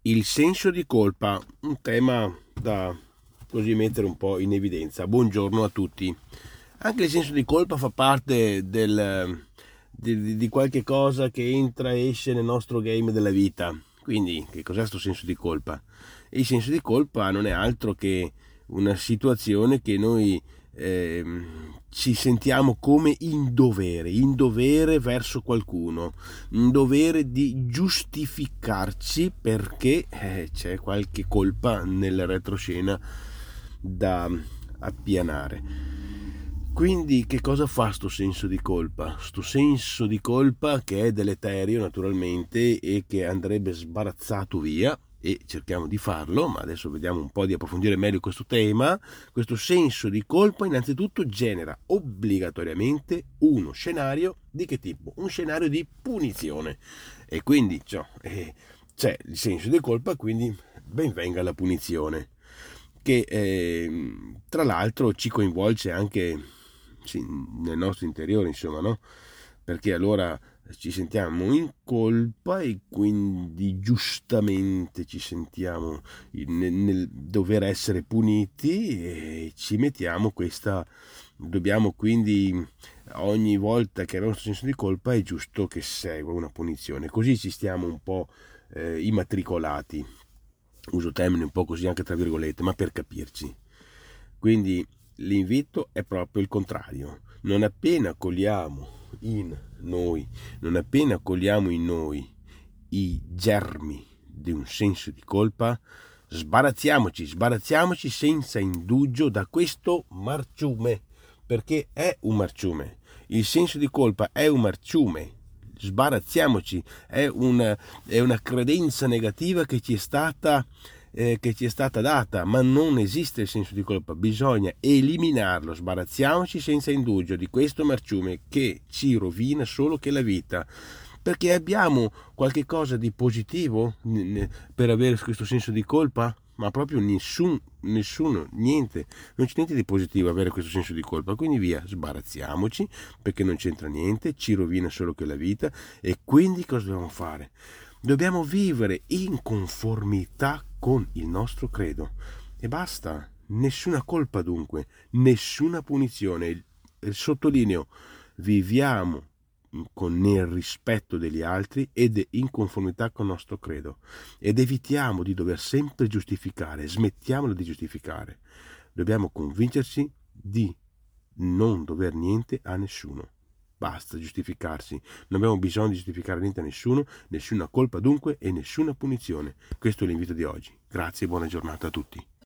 Il senso di colpa, un tema da così mettere un po' in evidenza. Buongiorno a tutti. Anche il senso di colpa fa parte di qualche cosa che entra e esce nel nostro game della vita. Quindi, che cos'è questo senso di colpa? Il senso di colpa non è altro che una situazione che noi ci sentiamo come in dovere verso qualcuno, in dovere di giustificarci perché c'è qualche colpa nella retroscena da appianare. Quindi che cosa fa sto senso di colpa? Sto senso di colpa che è deleterio naturalmente e che andrebbe sbarazzato via, e cerchiamo di farlo, ma adesso vediamo un po' di approfondire meglio questo tema. Questo senso di colpa innanzitutto genera obbligatoriamente uno scenario di che tipo? Un scenario di punizione, e quindi c'è il senso di colpa, quindi ben venga la punizione, che tra l'altro ci coinvolge anche, sì, nel nostro interiore, insomma, no? Perché allora ci sentiamo in colpa e quindi giustamente ci sentiamo nel dover essere puniti, e ci mettiamo dobbiamo quindi, ogni volta che abbiamo questo senso di colpa è giusto che segua una punizione, così ci stiamo un po' immatricolati. Uso termini un po' così anche tra virgolette, ma per capirci. Quindi l'invito è proprio il contrario. Non appena cogliamo in noi i germi di un senso di colpa, sbarazziamoci senza indugio da questo marciume, perché è un marciume. Il senso di colpa è un marciume. Sbarazziamoci, è una credenza negativa che ci è stata data, ma non esiste il senso di colpa, bisogna eliminarlo. Sbarazziamoci senza indugio di questo marciume che ci rovina solo che la vita, perché abbiamo qualche cosa di positivo per avere questo senso di colpa, ma proprio nessuno, niente, non c'è niente di positivo avere questo senso di colpa. Quindi via, sbarazziamoci, perché non c'entra niente, ci rovina solo che la vita. E quindi cosa dobbiamo fare? Dobbiamo vivere in conformità con il nostro credo e basta. Nessuna colpa, dunque, nessuna punizione. Sottolineo, viviamo nel rispetto degli altri ed in conformità con il nostro credo, ed evitiamo di dover sempre giustificare. Smettiamolo di giustificare. Dobbiamo convincerci di non dover niente a nessuno. Basta giustificarsi, non abbiamo bisogno di giustificare niente a nessuno, nessuna colpa dunque e nessuna punizione. Questo è l'invito di oggi. Grazie e buona giornata a tutti.